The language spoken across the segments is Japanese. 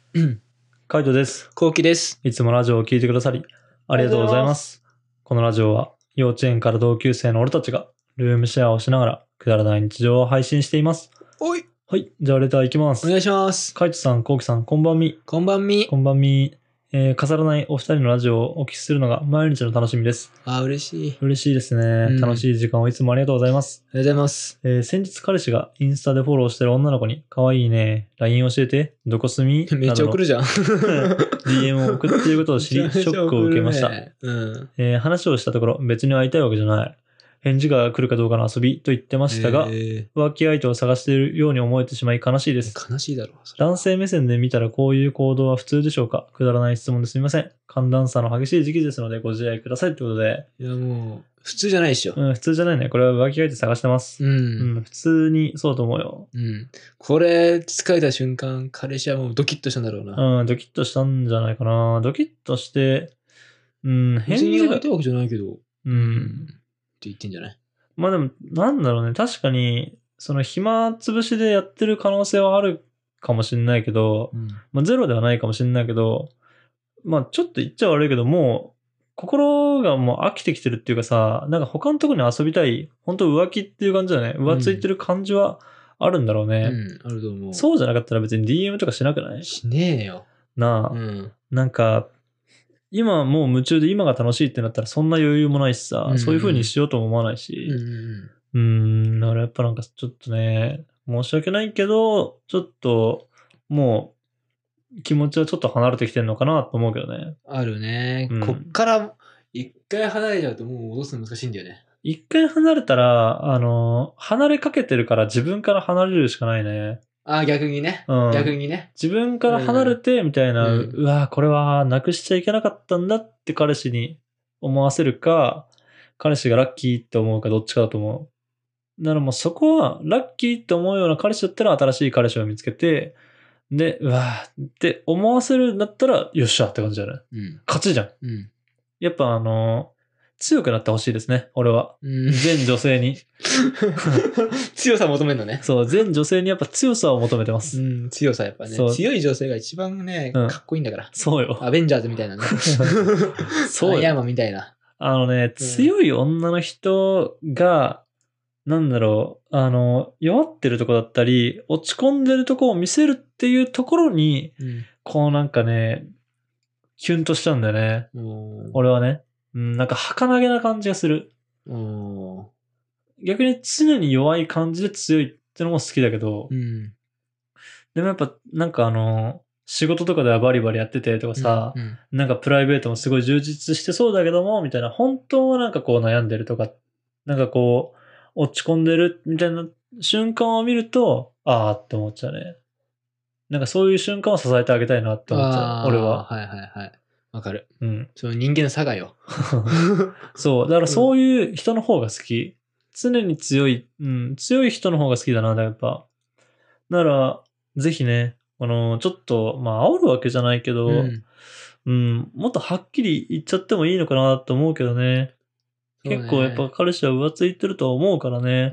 うん。 カイトです。 こうきです。 いつもラジオを聞いてくださりありがとうございます。このラジオは幼稚園から同級生の俺たちがルームシェアをしながらくだらない日常を配信しています。 おい。 はい、じゃあレターいきます。 お願いします。 カイトさん、コウキさん、こんばんみ。 こんばんみ。 こんばんみ。飾らないお二人のラジオをお聞きするのが毎日の楽しみです。 嬉しい。 嬉しいですね、楽しい時間をいつもありがとうございます。 ありがとうございます。 先日彼氏がインスタでフォローしてる女の子に可愛いね、LINE 教えて、どこ住みめっちゃ送るじゃん。 DM を送っていることを知り、ショックを受けました。話をしたところ、別に会いたいわけじゃない。返事が来るかどうかの遊びと言ってましたが、浮気相手を探しているように思えてしまい悲しいです。 悲しいだろう。 男性目線で見たらこういう行動は普通でしょうか？くだらない質問ですみません。寒暖差の激しい時期ですのでご自愛くださいってことで。 いやもう、普通じゃないでしょ。 普通じゃないね。これは浮気相手探してます。普通にそうと思うよ。 これ、疲れた瞬間、彼氏はもうドキッとしたんだろうな。 ドキッとしたんじゃないかな。ドキッとして、 返事が。別に会いたいわけじゃないけど。って言ってんじゃない？ まあでも、なんだろうね。確かに、その暇つぶしでやってる可能性はあるかもしれないけど、まあゼロではないかもしれないけど、まあちょっと言っちゃ悪いけど、もう、心がもう飽きてきてるっていうかさ、なんか他のとこに遊びたい、本当浮気っていう感じだね。浮ついてる感じはあるんだろうね。 あると思う。 そうじゃなかったら別に DM とかしなくない？ しねえよ。 なあ。なんか、今もう夢中で今が楽しいってなったらそんな余裕もないしさ、そういう風にしようとも思わないし。だからやっぱなんかちょっとね、申し訳ないけど、ちょっと、もう、気持ちはちょっと離れてきてるのかなと思うけどね。 あるね。こっから、一回離れちゃうともう戻すの難しいんだよね。 一回離れたら、離れかけてるから自分から離れるしかないね。 逆にね。逆にね。 自分から離れて、みたいな、うわこれはなくしちゃいけなかったんだって彼氏に思わせるか、彼氏がラッキーって思うかどっちかだと思う。だからもうそこは、ラッキーって思うような彼氏だったら新しい彼氏を見つけて、で、うわーって思わせるんだったら、よっしゃって感じじゃない？勝ちじゃん。やっぱ強くなってほしいですね、俺は。全女性に。 強さを求めるのね。 そう、全女性にやっぱ強さを求めてます。 強さやっぱね。強い女性が一番ね、かっこいいんだから。 そうよ。 アベンジャーズみたいなね。そうよ。アイアンマンみたいな。 強い女の人が、なんだろう、弱ってるとこだったり、落ち込んでるとこを見せるっていうところに、こうなんかね、キュンとしちゃうんだよね。俺はね。なんか儚げな感じがする。逆に常に弱い感じで強いってのも好きだけど、でもやっぱなんか仕事とかではバリバリやっててとかさ、なんかプライベートもすごい充実してそうだけども、みたいな、本当はなんかこう悩んでるとか、なんかこう、落ち込んでるみたいな瞬間を見ると、あーって思っちゃうね。なんかそういう瞬間を支えてあげたいなって思っちゃう、俺は。 はいはいはい。わかる。その人間の差がよ。 そう。だからそういう人の方が好き。常に強い、強い人の方が好きだな、やっぱ。だから、ぜひね、ちょっと、まあ、煽るわけじゃないけど、もっとはっきり言っちゃってもいいのかなと思うけどね。結構やっぱ彼氏は浮ついてると思うからね。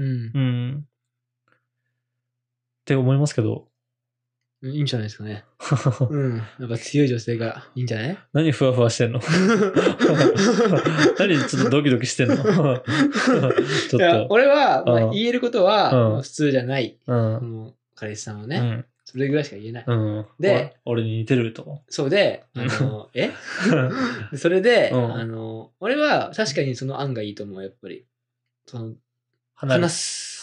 って思いますけど。 いいんじゃないですかね。やっぱ強い女性がいいんじゃない？ 何ふわふわしてんの？何ちょっとドキドキしてんの？ちょっと。 俺は、言えることは、普通じゃない。彼氏さんはね。それぐらいしか言えない。で、 俺に似てると。 そうで、それで、俺は確かにその案がいいと思う、やっぱり。話す。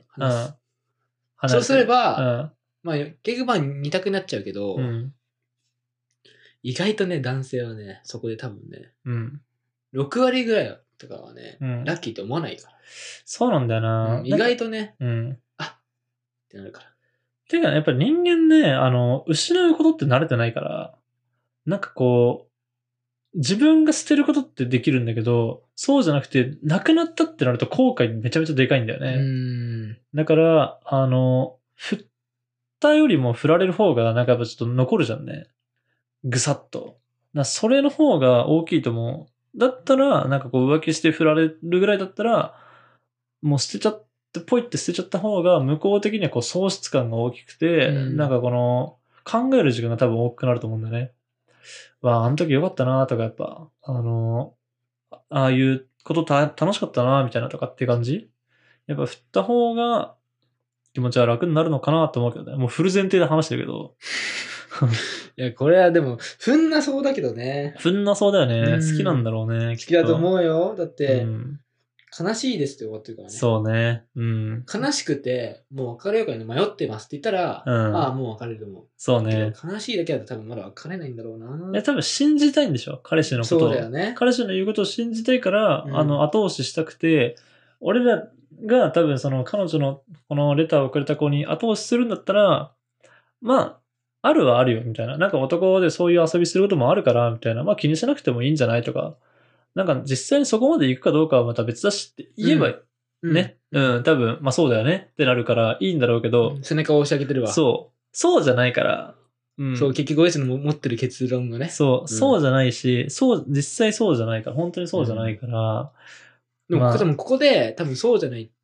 そうすれば、まあ、結局2択になっちゃうけど、意外とね、男性はね、そこで多分ね、6割ぐらいとかはね、ラッキーって思わないから。 そうなんだよな。 意外とね、あってなるから。 ていうか、やっぱり人間ね、失うことって慣れてないから、なんかこう、自分が捨てることってできるんだけど、そうじゃなくて、なくなったってなると後悔めちゃめちゃでかいんだよね。だから、振ったよりも振られる方が、なんかやっぱちょっと残るじゃんね。ぐさっと。それの方が大きいと思う。だったら、なんかこう浮気して振られるぐらいだったら、もう捨てちゃってポイって捨てちゃった方が向こう的にはこう喪失感が大きくて、なんかこの考える時間が多分多くなると思うんだよね。あの時よかったなとか、やっぱ、ああいうこと楽しかったなみたいなとかっていう感じ。やっぱ振った方が気持ちは楽になるのかなと思うけどね。もうフル前提で話してるけど。 いや、これはでも、ふんなそうだけどね。 ふんなそうだよね。好きなんだろうね。 好きだと思うよ。だっうて、 ん。 悲しいですって終わってるからね。 そうね。うん。 悲しくて、もう別れようかに迷ってますって言ったら、ああ、もう別れると思う。 そうね。 悲しいだけだと多分まだ別れないんだろうな。 多分信じたいんでしょ彼氏のことを。 そうだよね。 彼氏の言うことを信じたいから、後押ししたくて、俺らが多分その彼女のこのレターをくれた子に後押しするんだったら、まあ、あるはあるよ、みたいな。なんか男でそういう遊びすることもあるから、みたいな。まあ気にしなくてもいいんじゃないとか。なんか実際にそこまで行くかどうかはまた別だしって言えば、ね。多分、まあそうだよねってなるからいいんだろうけど。 背中を押してあげてるわ。 そうじゃないから。 そう、結局、親の持ってる結論がね。 そうじゃないし、実際そうじゃないから、本当にそうじゃないから。 でも、多分ここで、多分そうじゃないって、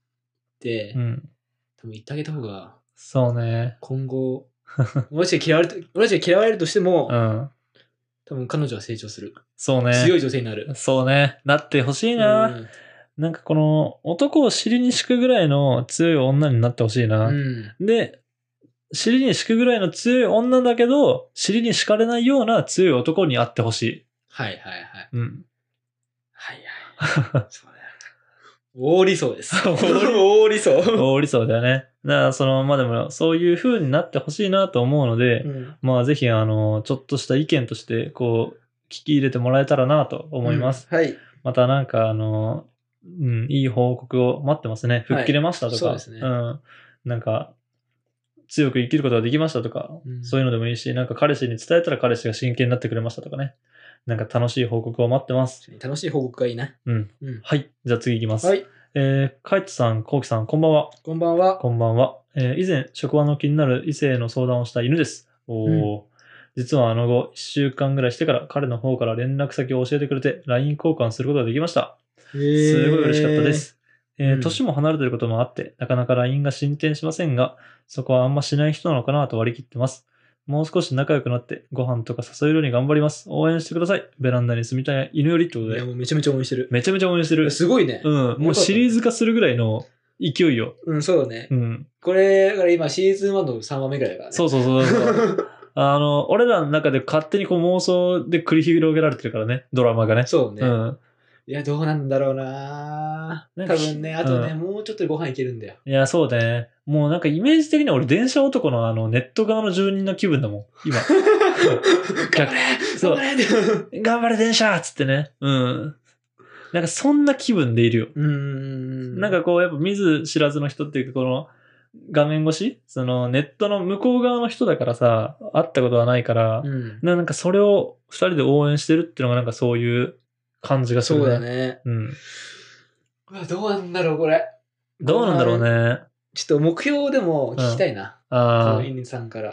多分言ってあげた方が、 そうね。 今後、俺たちが嫌われるとしても、多分彼女は成長する。 そうね。 強い女性になる。 そうね。なってほしいな。なんかこの男を尻に敷くぐらいの強い女になってほしいな。で、尻に敷くぐらいの強い女だけど、尻に敷かれないような強い男に会ってほしい。 はいはいはい。はいはい。そうだよ。大理想です。大理想。 大理想だよね。だからまあでもそういう風になってほしいなと思うので、まあぜひちょっとした意見としてこう聞き入れてもらえたらなと思います。 はい。 またなんかいい報告を待ってますね。吹っ切れましたとか、 そうですね。 なんか強く生きることができましたとか、そういうのでもいいし、なんか彼氏に伝えたら彼氏が真剣になってくれましたとかね。なんか楽しい報告を待ってます。 楽しい報告がいいな。 はい。じゃあ次行きます。 はい。 カイトさん、コウキさん、こんばんは。 こんばんは。 こんばんは。以前、職場の気になる異性の相談をした犬です。実は1週間ぐらいしてから彼の方から連絡先を教えてくれて LINE 交換することができました。すごい嬉しかったです。年も離れていることもあって、なかなか LINE が進展しませんが、そこはあんましない人なのかなと割り切ってます。もう少し仲良くなってご飯とか誘えるように頑張ります。応援してください。ベランダに住みたい犬よりってことで。 いや、もうめちゃめちゃ応援してる。 めちゃめちゃ応援してる。 すごいね。 もうシリーズ化するぐらいの勢いよ。 そうだね。これ、だから今シーズン1の3話目ぐらいだからね。 そう。俺らの中で勝手にこう妄想で繰り広げられてるからね、ドラマがね。 そうね。いや、どうなんだろうな多分ね、あとね、もうちょっとでご飯いけるんだよ。 いや、そうね。もうなんかイメージ的には俺電車男のネット側の住人の気分だもん、今。 頑張れ頑張れ電車っつってね。なんかそんな気分でいるよ。なんかこうやっぱ見ず知らずの人っていうかこの画面越しネットの向こう側の人だからさ、会ったことはないから、なんかそれを二人で応援してるっていうのがなんかそういう感じがするね。 そうだね。どうなんだろう、これ。 どうなんだろうね。 ちょっと目標でも聞きたいな。犬さんから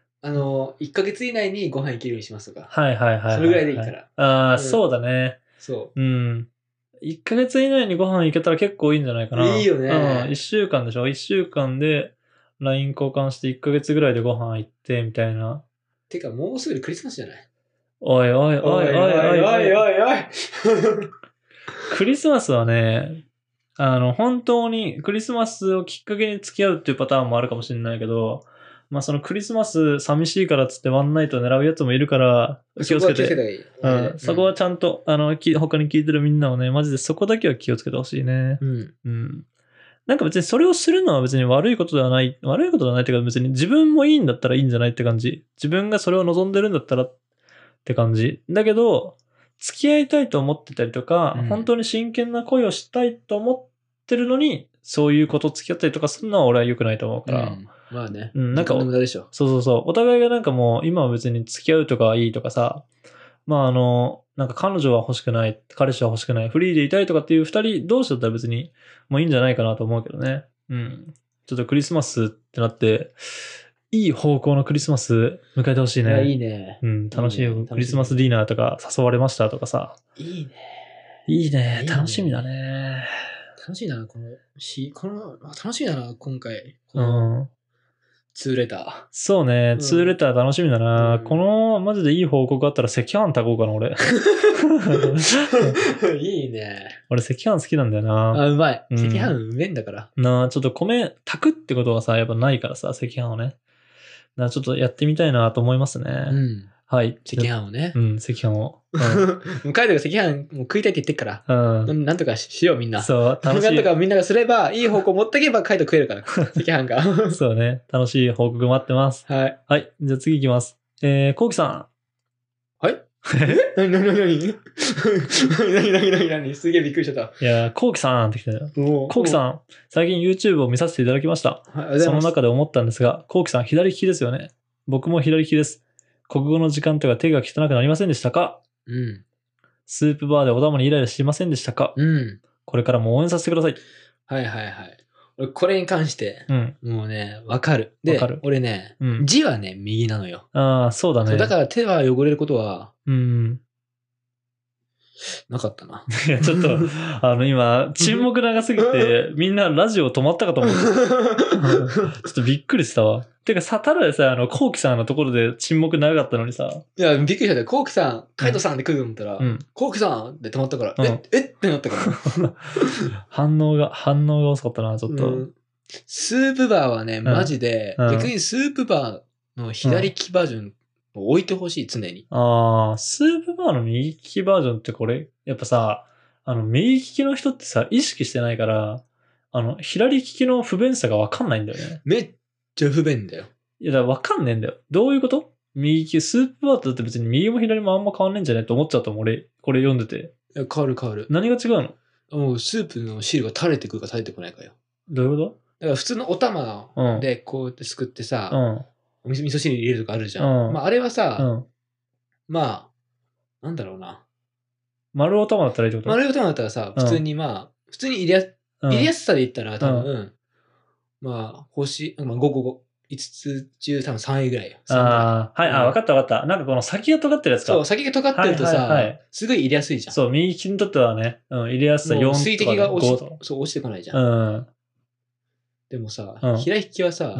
。1ヶ月以内にご飯行けるようにしますとか。 はい。 それぐらいでいいから。 そうだね。 そう。 1ヶ月以内にご飯行けたら結構いいんじゃないかな。 いいよね。 1週間でしょ ?1 週間で LINE 交換して1ヶ月ぐらいでご飯行ってみたいな。 てかもうすぐクリスマスじゃない？ おい。クリスマスはね、本当にクリスマスをきっかけに付き合うっていうパターンもあるかもしれないけど、まあそのクリスマス寂しいからっつってワンナイトを狙うやつもいるから気をつけて。そこはちゃんと他に聞いてるみんなはね、マジでそこだけは気をつけてほしいね。なんか別にそれをするのは別に悪いことではないっていうか別に自分もいいんだったらいいんじゃないって感じ。自分がそれを望んでるんだったらって感じ。だけど、付き合いたいと思ってたりとか、本当に真剣な恋をしたいと思ってるのに、そういうこと付き合ったりとかするのは俺は良くないと思うから。 まあね。 なんか、 無駄でしょ。 そう。お互いがなんかもう今は別に付き合うとかはいいとかさ、まあなんか彼女は欲しくない、彼氏は欲しくない、フリーでいたいとかっていう二人同士だったら別にもういいんじゃないかなと思うけどね。ちょっとクリスマスってなって、いい方向のクリスマス迎えてほしいね。 いや、いいね。 楽しいよ。クリスマスディナーとか誘われましたとかさ。 いいね。楽しみだね。 楽しいな、楽しいな、今回。 2レター。 そうね、2レター楽しみだな。この、マジでいい報告あったら赤飯炊こうかな、俺。 いいね。 俺赤飯好きなんだよな。 あ、うまい。赤飯うめえんだから。 ちょっと米炊くってことはさ、やっぱないからさ、赤飯をね。ちょっとやってみたいなと思いますね。はい。 赤飯をね。 赤飯を。もうカイトが赤飯もう食いたいって言ってっから。なんとかしようみんな。 そう、楽しい。 なんとかみんながすれば、いい方向持ってけばカイト食えるから。赤飯が。 そうね。楽しい報告待ってます。 はい。 はい。じゃあ次行きます。コウキさん。 はい何すげえびっくりしちゃった。 いや、コウキさんって来たよ。コウキさん、最近 YouTube を見させていただきました。その中で思ったんですが、コウキさん左利きですよね。僕も左利きです。国語の時間とか手が汚くなりませんでしたか？スープバーでお玉にイライラしませんでしたか？これからも応援させてください。 はいはいはい。俺これに関して、もうね、わかる。で、俺ね、字はね、右なのよ。 ああ、そうだね。 だから手は汚れることは、なかったな。 いや、ちょっと、今、沈黙長すぎて、みんなラジオ止まったかと思って。ちょっとびっくりしたわ。てかさ、ただでさ、コウキさんのところで沈黙長かったのにさ。 いや、びっくりしたよ。コウキさん、カイトさんって来ると思ったら、コウキさんって止まったから、えってなったから。 反応が遅かったな、ちょっと。 スープバーはね、マジで、逆にスープバーの左利きバージョンを置いてほしい、常に。 ああ、スープバーの右利きバージョンってこれ、やっぱさ、右利きの人ってさ、意識してないから、左利きの不便さがわかんないんだよね。 めっちゃ不便だよ。 いや、だからわかんねえんだよ。どういうこと？右利き、スープバーってだって別に右も左もあんま変わんねえんじゃねえと思っちゃったもん、俺。これ読んでて。 いや、変わる変わる。 何が違うの？ もうスープの汁が垂れてくるか垂れてこないかよ。 どういうこと？ だから普通のお玉でこうやってすくってさ、味噌汁入れるとかあるじゃん。まああれはさ、まあ、なんだろうな。 丸お玉だったらいいってこと？ 丸お玉だったらさ、普通に普通に入れやすさで言ったら多分、まあ、星、まあ、5つ中多分3位ぐらいよ。 はい、わかったわかった。なんかこの先が尖ってるやつか。 そう、先が尖ってるとさ、すごい入れやすいじゃん。 そう、右利きにとってはね、入れやすさ4とか、 水滴が落ちてこないじゃん。でもさ、左利きはさ、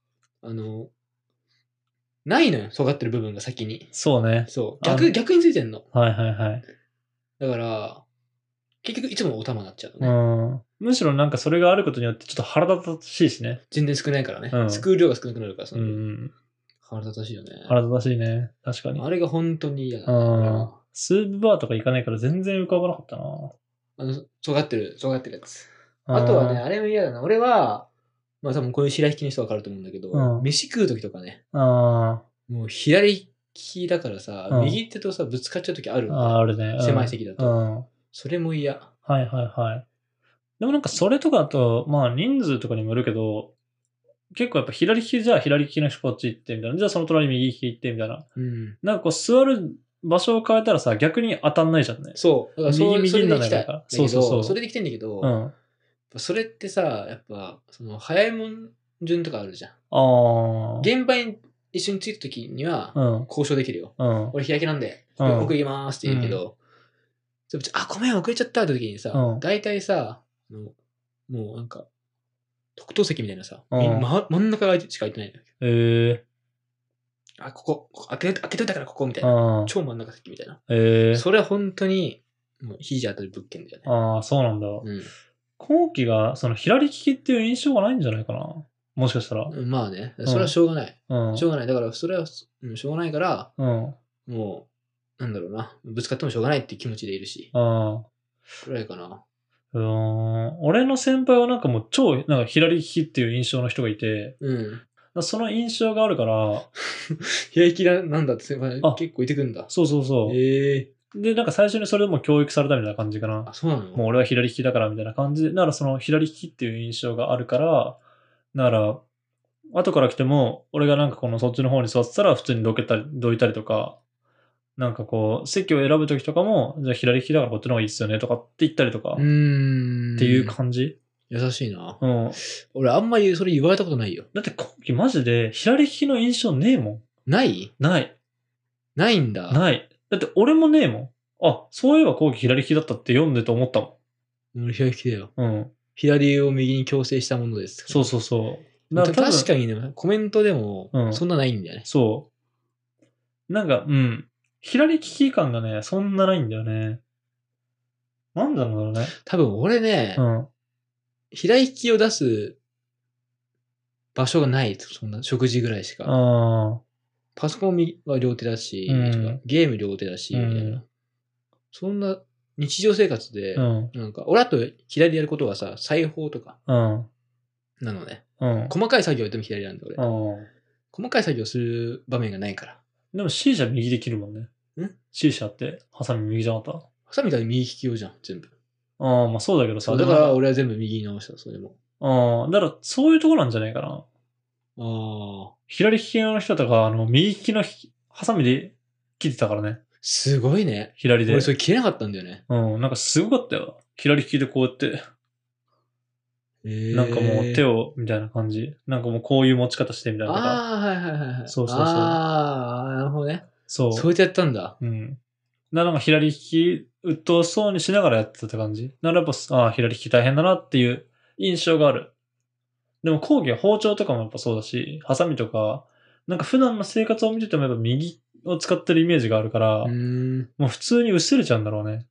ないのよ、尖ってる部分が先に。 そうね。 そう。逆についてんの。 はいはいはい。 だから、結局いつもお玉になっちゃうのね。 むしろなんかそれがあることによってちょっと腹立たしいしね。 全然少ないからね。すくう量が少なくなるからさ。腹立たしいよね。 腹立たしいね。確かに。 あれが本当に嫌だね。 スープバーとか行かないから全然浮かばなかったな。 尖ってるやつ。あとはね、あれも嫌だな。俺は、まあ多分こういう白引きの人はわかると思うんだけど、飯食うときとかね。もう左利きだからさ、右手とさ、ぶつかっちゃうときあるんだよ。 あるね。 狭い席だと。それも嫌。 はいはいはい。でもなんかそれとかだと、まあ人数とかにもよるけど、結構やっぱ左利きじゃあ左利きの人こっち行ってみたいな。じゃあその隣右利き行ってみたいな。なんかこう座る場所を変えたらさ、逆に当たんないじゃんね。 そう。だから右にならないから。 そうそうそう。それで来てんだけど、それってさ、やっぱ、早いもん順とかあるじゃん。現場に一緒に着いた時には、交渉できるよ。俺左利きなんで、僕行きまーすって言うけど、ごめん、遅れちゃったって時にさ、大体さ、もうなんか、特等席みたいなさ、真ん中しか空いてないのよ。ここ開けといたからここみたいな。超真ん中席みたいな。それは本当に、もう肘当たる物件じゃね。そうなんだ。後期が、左利きっていう印象がないんじゃないかな。もしかしたら。 まあね。それはしょうがない。しょうがない。だから、それは、しょうがないから、もう、なんだろうな。ぶつかってもしょうがないっていう気持ちでいるし。くらいかな。 俺の先輩はなんかもう超、なんか左利きっていう印象の人がいて、その印象があるから、 左利きなんだって先輩結構いてくんだ。 そうそうそう。で、なんか最初にそれでも教育されたみたいな感じかな。 そうなの？ もう俺は左利きだからみたいな感じで、ならその左利きっていう印象があるから、なら、後から来ても、俺がなんかそっちの方に座ってたら普通にどいたりとか、なんかこう、席を選ぶときとかも、じゃあ左利きだからこっちの方がいいっすよねとかって言ったりとか、っていう感じ。 優しいな。俺あんまりそれ言われたことないよ。 だって今期マジで左利きの印象ねえもん。 ないんだ。 ない。だって俺もねえもん。そういえば後期左利きだったって読んでて思ったもん。 俺左利きだよ。左を右に矯正したものです。 そうそうそう。 確かにね、コメントでも、そんなないんだよね。 そう。なんか、左利き感がね、そんなないんだよね。なんだろうね。 多分俺ね、左利きを出す場所がない。そんな、食事ぐらいしか。パソコンは両手だし、ゲーム両手だし、みたいな。そんな日常生活で、なんか、俺あと左でやることはさ、裁縫とか。なのね。細かい作業やっても左なんだ、俺。細かい作業する場面がないから。 でも C 社右で切るもんね。C 社って、ハサミ右じゃなかった？ハサミから右利き用じゃん、全部。 まあそうだけどさ。 だから俺は全部右に直した、それも。 だからそういうところなんじゃないかな。左利きの人とか、右利きのハサミで切ってたからね。 すごいね。 左で。 俺それ切れなかったんだよね。 なんかすごかったよ。左利きでこうやって。なんかもう手を、みたいな感じ。なんかもうこういう持ち方してみたいなとか。 はいはい。 そう。 なるほどね。 そう。 そうやってやったんだ。 なんか左利き、鬱陶そうにしながらやってたって感じ。ならやっぱ、左利き大変だなっていう印象がある。でも工芸、包丁とかもやっぱそうだし、ハサミとか、なんか普段の生活を見ててもやっぱ右を使ってるイメージがあるから、もう普通に薄れちゃうんだろうね。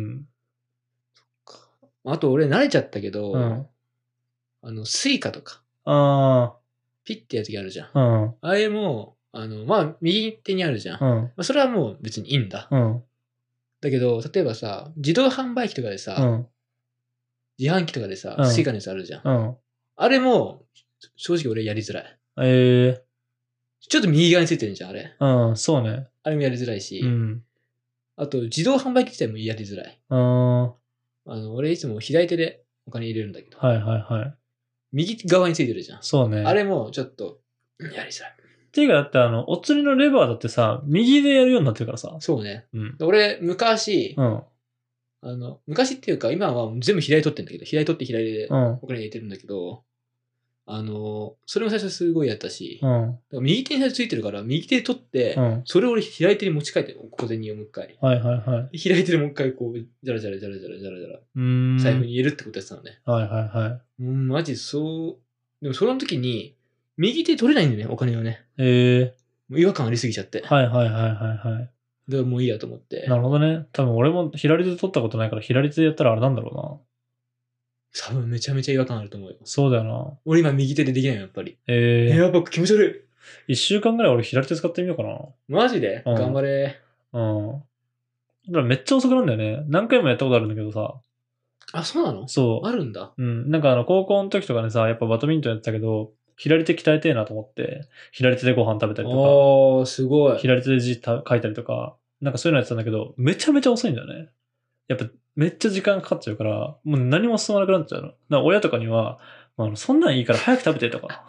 あと俺慣れちゃったけど、スイカとか。ピッてやるときあるじゃん。あれも、まあ、右手にあるじゃん。まあ、それはもう別にいいんだ。だけど、例えばさ、自動販売機とかでさ、自販機とかでさ、スイカのやつあるじゃん。あれも、正直俺やりづらい。ちょっと右側についてるじゃん、あれ。 そうね。 あれもやりづらいし、あと、自動販売機自体もやりづらい。俺いつも左手でお金入れるんだけど。右側についてるじゃん。 そうね。 あれもちょっと、やりづらい。 っていうか、だってお釣りのレバーだってさ、右でやるようになってるからさ。 そうね。俺、昔、昔っていうか、今は全部左取ってんだけど、左取って左でお金入れてるんだけど、それも最初すごいやったし、右手に最初ついてるから、右手で取って、それを俺左手に持ち替えて、小銭をもう一回。左手でもう一回こう、じゃらじゃら、財布に入れるってことやってたのね。マジそう、でもその時に、右手取れないんだよね、お金をね。もう違和感ありすぎちゃって。だからもういいやと思って。 なるほどね。多分俺も左手で取ったことないから、左手でやったらあれなんだろうな。 多分めちゃめちゃ違和感あると思うよ。 そうだよな。 俺今右手でできないよ、やっぱり。やばく気持ち悪い。1週間ぐらい俺左手使ってみようかな。 マジで、頑張れ。 だからめっちゃ遅くなんだよね。何回もやったことあるんだけどさ。 あ、そうなの？ そう。 あるんだ。 なんか高校の時とかねさ、やっぱバドミントンやってたけど、左手鍛えてえなと思って、左手でご飯食べたりとか。 すごい。 左手で字書いたりとか、なんかそういうのやってたんだけど、めちゃめちゃ遅いんだよね。やっぱめっちゃ時間かかっちゃうから、もう何も進まなくなっちゃうの。だから親とかには、そんなんいいから早く食べてとか。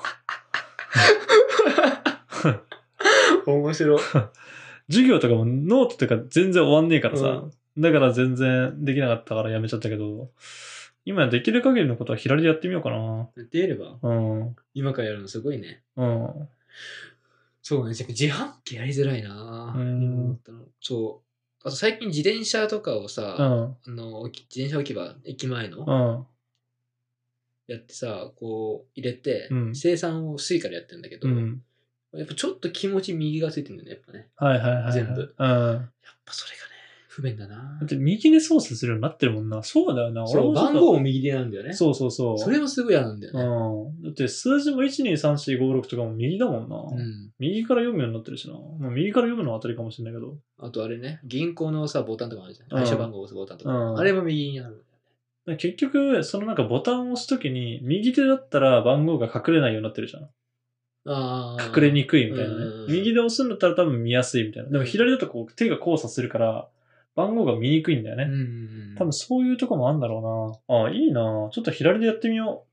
面白い。 授業とかもノートとか全然終わんねえからさ、だから全然できなかったからやめちゃったけど、今できる限りのことは左でやってみようかな。 やってやれば今からやるのすごいね。そうね、自販機やりづらいなそう。あと最近自転車とかをさ、自転車置き場、駅前の、やってさ、こう入れて、生産をスイカでやってるんだけど、やっぱちょっと気持ち右がついてるんだよね、やっぱね。全部。やっぱそれがね、不便だな。 だって右で操作するようになってるもんな。そうだよな。 俺も番号も右でなんだよね。 そう。 それもすごい嫌なんだよね。だって数字も1,2,3,4,5,6とかも右だもんな。右から読むようになってるしな。右から読むのは当たりかもしれないけど。 あとあれね、銀行のさ、ボタンとかあるじゃん。会社番号を押すボタンとか。あれも右にある。 結局、そのなんかボタンを押すときに、右手だったら番号が隠れないようになってるじゃん。隠れにくいみたいなね。右で押すんだったら多分見やすいみたいな。でも左だとこう手が交差するから、番号が見にくいんだよね。多分そういうとこもあるんだろうな。いいな。ちょっと左でやってみよ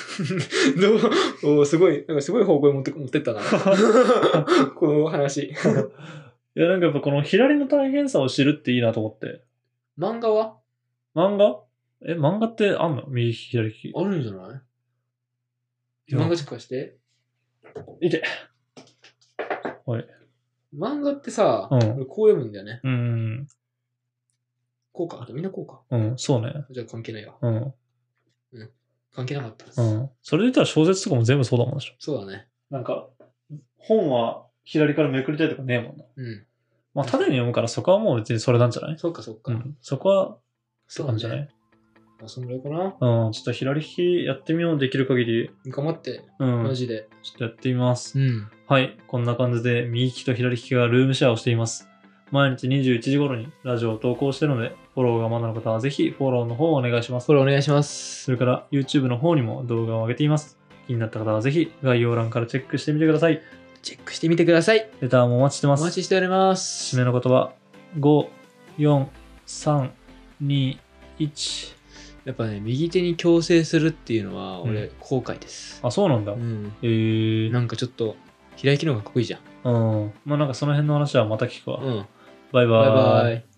う。すごい、なんかすごい方向に持ってったな。この話。いや、なんかやっぱこの左の大変さを知るっていいなと思って。 漫画は？ 漫画ってあんの？右、左利き。 あるんじゃない？漫画チェックして。 いて。はい。 漫画ってさ、こう読むんだよね。こうか。みんなこうか。 そうね。 じゃあ関係ないわ。 関係なかったです。 うん。それで言ったら小説とかも全部そうだもんでしょ。 そうだね。 なんか、本は左からめくりたいとかねえもんな。 うん。 まあ、縦に読むからそこはもう別にそれなんじゃない？ そうかそうか。 うん。そこは、 そうなんじゃない？ そんぐらいかな。 うん。ちょっと左利きやってみよう。できる限り。 頑張って。 うん。 マジで。 ちょっとやってみます。 うん。 はい。こんな感じで右利きと左利きがルームシェアをしています。毎日21時頃にラジオを投稿しているので、フォローがまだの方はぜひフォローの方をお願いします。 フォローお願いします。 それから YouTube の方にも動画を上げています。気になった方はぜひ概要欄からチェックしてみてください。 チェックしてみてください。 レターもお待ちしてます。 お待ちしております。 締めの言葉、5、4、3、2、1。 やっぱね、右手に矯正するっていうのは、俺、後悔です。 あ、そうなんだ。 なんかちょっと、左利きの方がかっこいいじゃん。 うん。まあなんかその辺の話はまた聞くわ。 うん。 バイバーイ。 バイバイ。